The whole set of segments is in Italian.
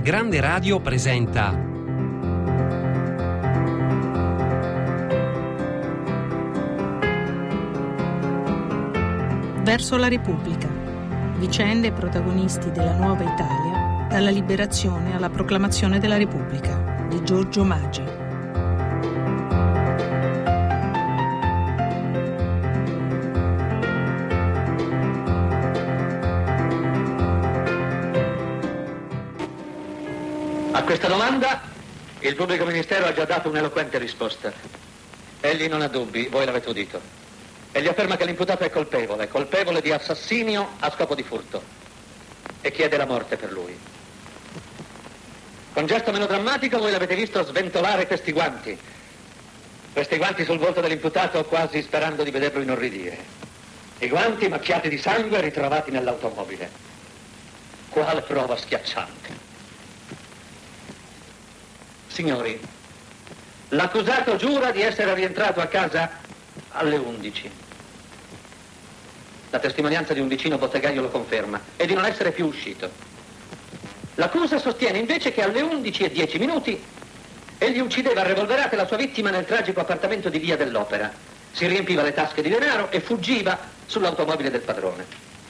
Grande Radio presenta Verso la Repubblica. Vicende e protagonisti della nuova Italia, dalla liberazione alla proclamazione della Repubblica, di Giorgio Maggi. A questa domanda il pubblico ministero ha già dato un'eloquente risposta. Egli non ha dubbi, voi l'avete udito. Egli afferma che l'imputato è colpevole di assassinio a scopo di furto e chiede la morte per lui. Con gesto melodrammatico voi l'avete visto sventolare questi guanti sul volto dell'imputato, quasi sperando di vederlo inorridire. I guanti macchiati di sangue ritrovati nell'automobile. Quale prova schiacciante. Signori, l'accusato giura di essere rientrato a casa alle 11. La testimonianza di un vicino bottegaio lo conferma e di non essere più uscito. L'accusa sostiene invece che alle 11:10 egli uccideva a revolverate la sua vittima nel tragico appartamento di Via dell'Opera. Si riempiva le tasche di denaro e fuggiva sull'automobile del padrone.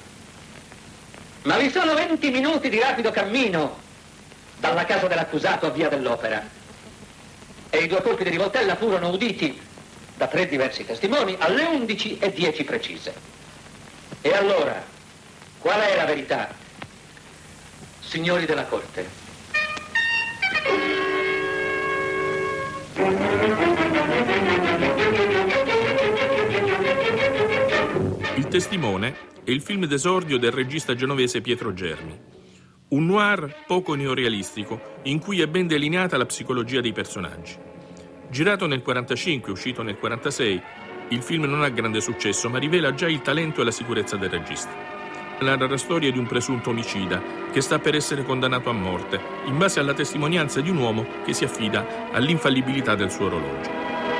Ma vi sono 20 minuti di rapido cammino dalla casa dell'accusato a Via dell'Opera e i 2 colpi di rivoltella furono uditi da 3 diversi testimoni alle 11:10 precise. E allora, qual è la verità? Signori della Corte. Il testimone è il film d'esordio del regista genovese Pietro Germi. Un noir poco neorealistico in cui è ben delineata la psicologia dei personaggi. Girato nel 1945, uscito nel 1946, il film non ha grande successo, ma rivela già il talento e la sicurezza del regista. Narra la storia di un presunto omicida che sta per essere condannato a morte, in base alla testimonianza di un uomo che si affida all'infallibilità del suo orologio.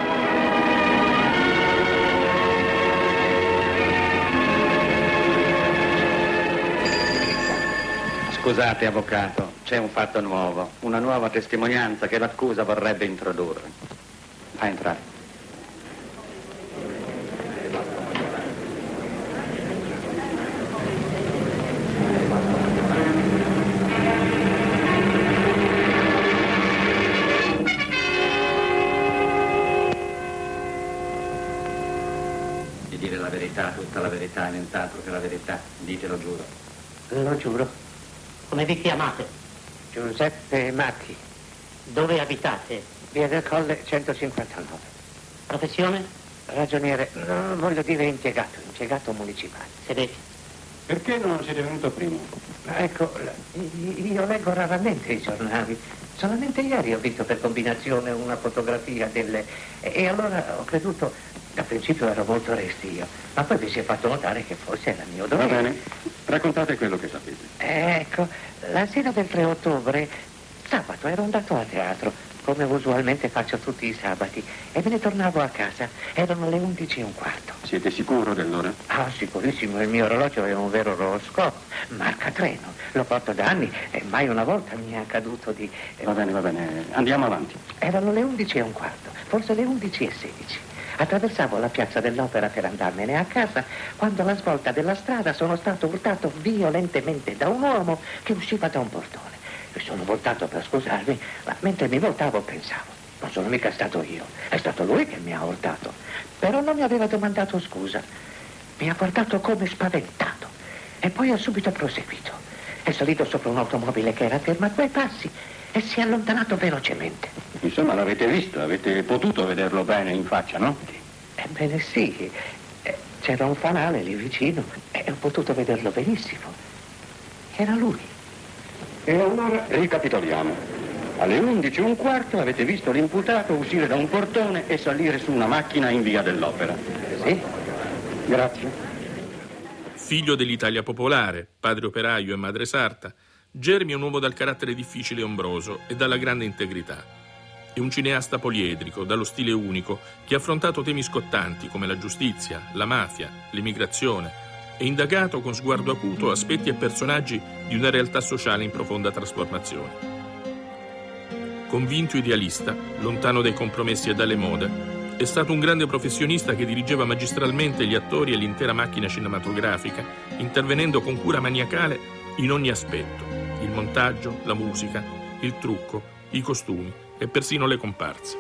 Scusate, avvocato, c'è un fatto nuovo, una nuova testimonianza che l'accusa vorrebbe introdurre. Fa entrare. Di dire la verità, tutta la verità e nient'altro che la verità, ditelo, giuro. Lo giuro. Come vi chiamate? Giuseppe Macchi. Dove abitate? Via del Colle 159. Professione? Ragioniere, non voglio dire impiegato municipale. Sedete. Perché non siete venuto prima? Ma ecco, io leggo raramente i giornali. Solamente ieri ho visto per combinazione una fotografia delle... E allora ho creduto... Da principio ero molto restio, ma poi mi si è fatto notare che forse era mio dovere. Va bene, raccontate quello che sapete. Ecco, la sera del 3 ottobre, sabato, ero andato a teatro, come usualmente faccio tutti i sabati, e me ne tornavo a casa. Erano le 11:15. Siete sicuro dell'ora? Ah, sicurissimo, il mio orologio è un vero oroscopo, marca treno, lo porto da anni e mai una volta mi è accaduto di... Va bene, andiamo avanti. Erano le 11:15, forse le 11:16. Attraversavo la piazza dell'Opera per andarmene a casa quando alla svolta della strada sono stato urtato violentemente da un uomo che usciva da un portone. Mi sono voltato per scusarmi, ma mentre mi voltavo pensavo, non sono mica stato io, è stato lui che mi ha urtato. Però non mi aveva domandato scusa. Mi ha guardato come spaventato e poi ha subito proseguito. È salito sopra un'automobile che era ferma a 2 passi e si è allontanato velocemente. Insomma, l'avete visto, avete potuto vederlo bene in faccia, no? Ebbene sì, c'era un fanale lì vicino e ho potuto vederlo benissimo. Era lui. E allora ricapitoliamo. Alle 11:15 avete visto l'imputato uscire da un portone e salire su una macchina in Via dell'Opera. Sì? Grazie. Figlio dell'Italia popolare, padre operaio e madre sarta, Germi è un uomo dal carattere difficile e ombroso e dalla grande integrità. È un cineasta poliedrico, dallo stile unico, che ha affrontato temi scottanti come la giustizia, la mafia, l'immigrazione e indagato con sguardo acuto aspetti e personaggi di una realtà sociale in profonda trasformazione. Convinto idealista, lontano dai compromessi e dalle mode, è stato un grande professionista che dirigeva magistralmente gli attori e l'intera macchina cinematografica, intervenendo con cura maniacale in ogni aspetto: il montaggio, la musica, il trucco, i costumi e persino le comparse.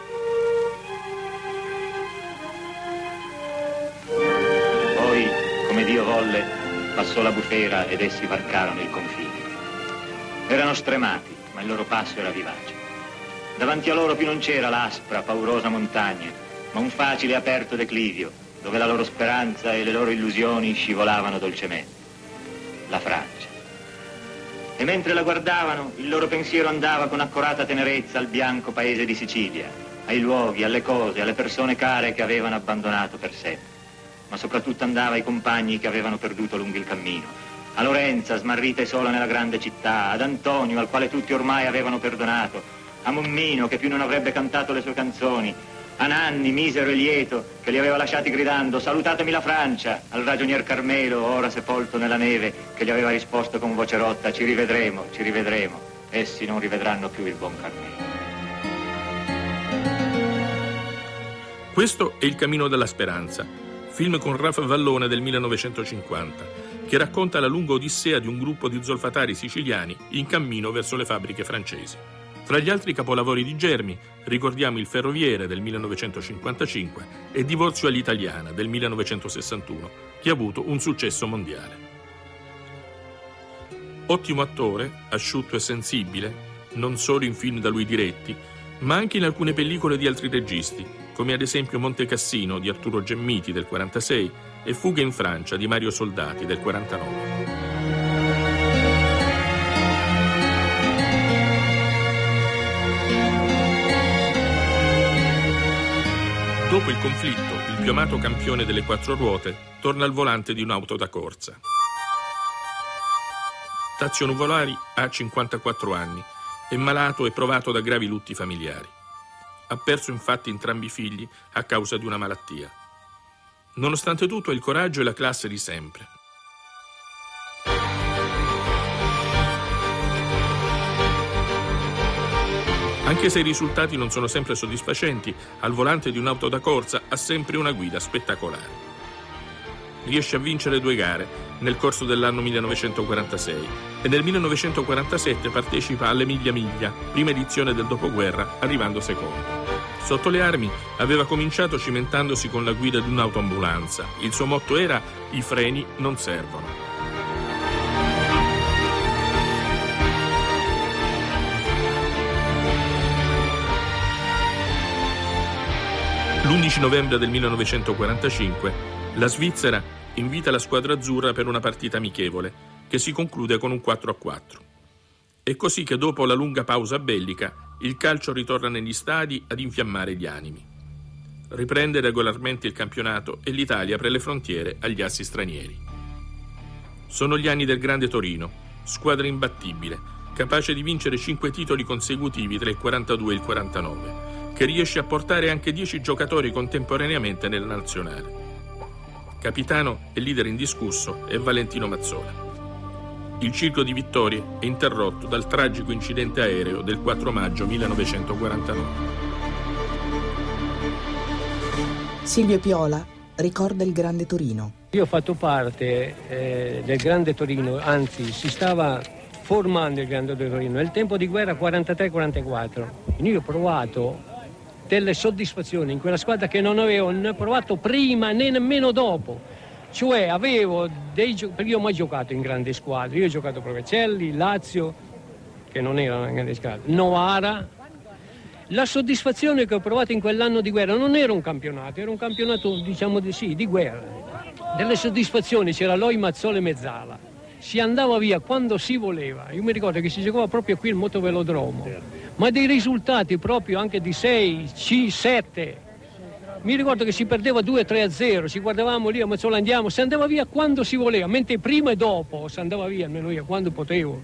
Poi, come Dio volle, passò la bufera ed essi varcarono il confine. Erano stremati, ma il loro passo era vivace. Davanti a loro più non c'era l'aspra, paurosa montagna, ma un facile e aperto declivio, dove la loro speranza e le loro illusioni scivolavano dolcemente. La Francia. E mentre la guardavano, il loro pensiero andava con accorata tenerezza al bianco paese di Sicilia, ai luoghi, alle cose, alle persone care che avevano abbandonato per sempre. Ma soprattutto andava ai compagni che avevano perduto lungo il cammino, a Lorenza, smarrita e sola nella grande città, ad Antonio, al quale tutti ormai avevano perdonato, a Mommino, che più non avrebbe cantato le sue canzoni, a Nanni, misero e lieto, che li aveva lasciati gridando «Salutatemi la Francia», al ragionier Carmelo, ora sepolto nella neve, che gli aveva risposto con voce rotta ci rivedremo, essi non rivedranno più il buon Carmelo». Questo è Il cammino della speranza, film con Raf Vallone del 1950, che racconta la lunga odissea di un gruppo di zolfatari siciliani in cammino verso le fabbriche francesi. Tra gli altri capolavori di Germi ricordiamo Il ferroviere del 1955 e Divorzio all'italiana del 1961, che ha avuto un successo mondiale. Ottimo attore, asciutto e sensibile, non solo in film da lui diretti, ma anche in alcune pellicole di altri registi, come ad esempio Monte Cassino di Arturo Gemmiti del 1946 e Fuga in Francia di Mario Soldati del 1949. Dopo il conflitto, il più amato campione delle quattro ruote torna al volante di un'auto da corsa. Tazio Nuvolari ha 54 anni, è malato e provato da gravi lutti familiari. Ha perso infatti entrambi i figli a causa di una malattia. Nonostante tutto ha il coraggio e la classe di sempre. Anche se i risultati non sono sempre soddisfacenti, al volante di un'auto da corsa ha sempre una guida spettacolare. Riesce a vincere 2 gare nel corso dell'anno 1946 e nel 1947 partecipa all'Emilia Miglia, prima edizione del dopoguerra, arrivando secondo. Sotto le armi aveva cominciato cimentandosi con la guida di un'autoambulanza. Il suo motto era «I freni non servono». L'11 novembre del 1945 la Svizzera invita la squadra azzurra per una partita amichevole che si conclude con un 4-4. È così che dopo la lunga pausa bellica il calcio ritorna negli stadi ad infiammare gli animi. Riprende regolarmente il campionato e l'Italia apre le frontiere agli assi stranieri. Sono gli anni del Grande Torino, squadra imbattibile, capace di vincere 5 titoli consecutivi tra il 42 e il 49. Che riesce a portare anche 10 giocatori contemporaneamente nella nazionale. Capitano e leader indiscusso è Valentino Mazzola. Il ciclo di vittorie è interrotto dal tragico incidente aereo del 4 maggio 1949. Silvio Piola ricorda il Grande Torino. Io ho fatto parte del Grande Torino, anzi si stava formando il Grande Torino nel tempo di guerra 43-44. Io ho provato delle soddisfazioni in quella squadra che non avevo né provato prima né nemmeno dopo. Cioè avevo perché io ho mai giocato in grandi squadre. Io ho giocato a Provecelli, Lazio, che non era una grande squadra, Novara. La soddisfazione che ho provato in quell'anno di guerra non era un campionato, era un campionato, diciamo di sì, di guerra. Delle soddisfazioni c'era Loi, Mazzola e Mezzala. Si andava via quando si voleva. Io mi ricordo che si giocava proprio qui il motovelodromo. Ma dei risultati proprio anche di 6, 7. Mi ricordo che si perdeva 2-3-0, ci guardavamo lì a Mazzola, andiamo, si andava via quando si voleva, mentre prima e dopo si andava via almeno io quando potevo.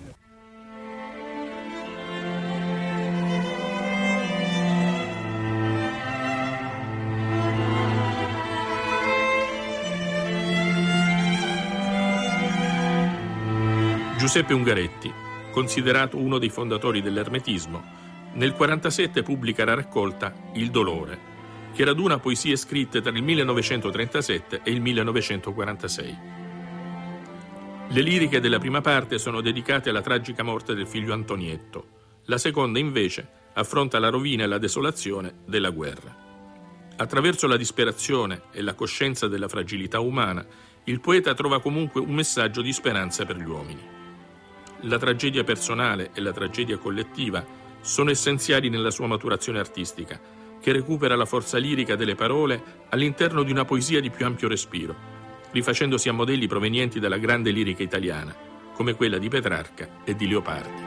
Giuseppe Ungaretti, considerato uno dei fondatori dell'ermetismo, Nel 1947 pubblica la raccolta Il dolore, che raduna poesie scritte tra il 1937 e il 1946. Le liriche della prima parte sono dedicate alla tragica morte del figlio Antonietto. La seconda, invece, affronta la rovina e la desolazione della guerra. Attraverso la disperazione e la coscienza della fragilità umana, il poeta trova comunque un messaggio di speranza per gli uomini. La tragedia personale e la tragedia collettiva sono essenziali nella sua maturazione artistica, che recupera la forza lirica delle parole all'interno di una poesia di più ampio respiro, rifacendosi a modelli provenienti dalla grande lirica italiana, come quella di Petrarca e di Leopardi.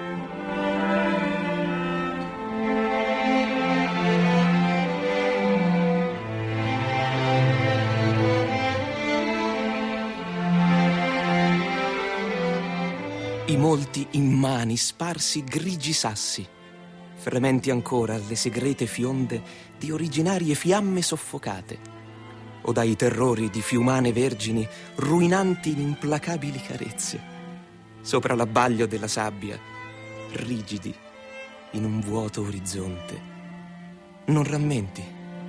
I molti immani sparsi grigi sassi, frementi ancora alle segrete fionde di originarie fiamme soffocate, o dai terrori di fiumane vergini ruinanti in implacabili carezze, sopra l'abbaglio della sabbia, rigidi in un vuoto orizzonte. Non rammenti?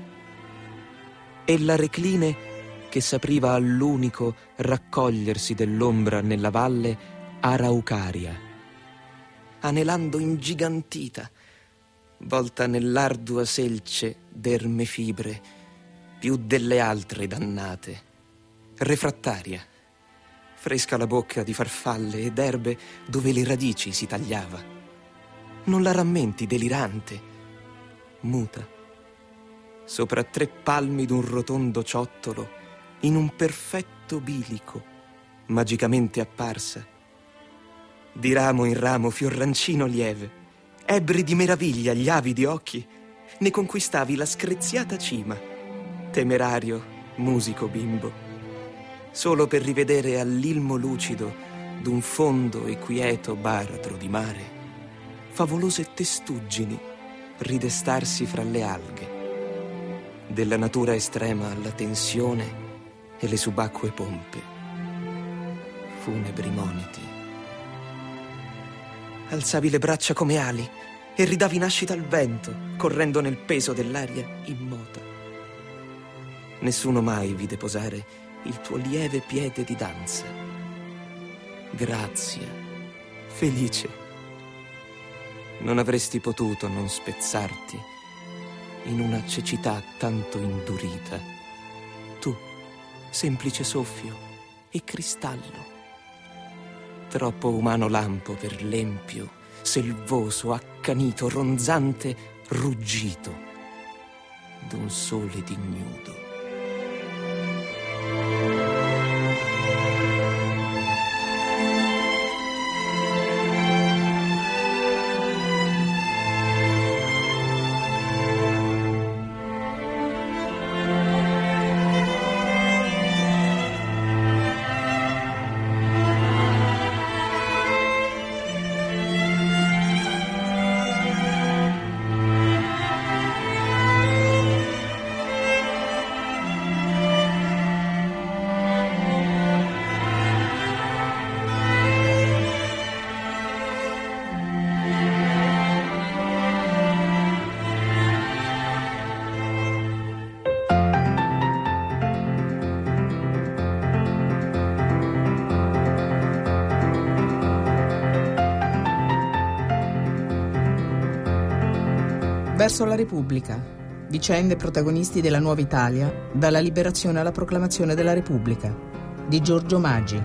E la recline che s'apriva all'unico raccogliersi dell'ombra nella valle Araucaria, anelando ingigantita, volta nell'ardua selce d'erme fibre, più delle altre dannate, refrattaria, fresca la bocca di farfalle ed erbe dove le radici si tagliava. Non la rammenti delirante, muta, sopra 3 palmi d'un rotondo ciottolo, in un perfetto bilico, magicamente apparsa, di ramo in ramo fiorrancino lieve, ebbri di meraviglia gli avidi occhi, ne conquistavi la screziata cima, temerario, musico bimbo, solo per rivedere all'ilmo lucido d'un fondo e quieto baratro di mare, favolose testuggini ridestarsi fra le alghe, della natura estrema alla tensione e le subacquee pompe, funebri moniti. Alzavi le braccia come ali e ridavi nascita al vento, correndo nel peso dell'aria immota. Nessuno mai vide posare il tuo lieve piede di danza. Grazia, felice, non avresti potuto non spezzarti in una cecità tanto indurita. Tu, semplice soffio e cristallo, troppo umano lampo per l'empio, selvoso, accanito, ronzante ruggito d'un sole d'ignudo. Verso la Repubblica. Vicende e protagonisti della nuova Italia, dalla liberazione alla proclamazione della Repubblica, di Giorgio Maggi.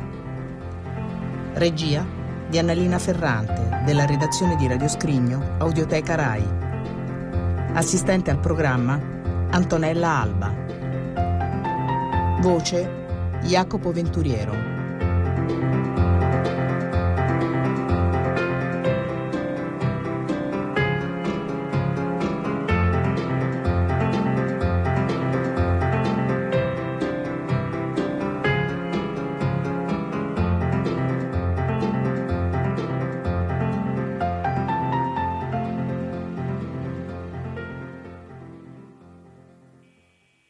Regia di Annalina Ferrante, della redazione di Radio Scrigno, Audioteca Rai. Assistente al programma Antonella Alba. Voce Jacopo Venturiero.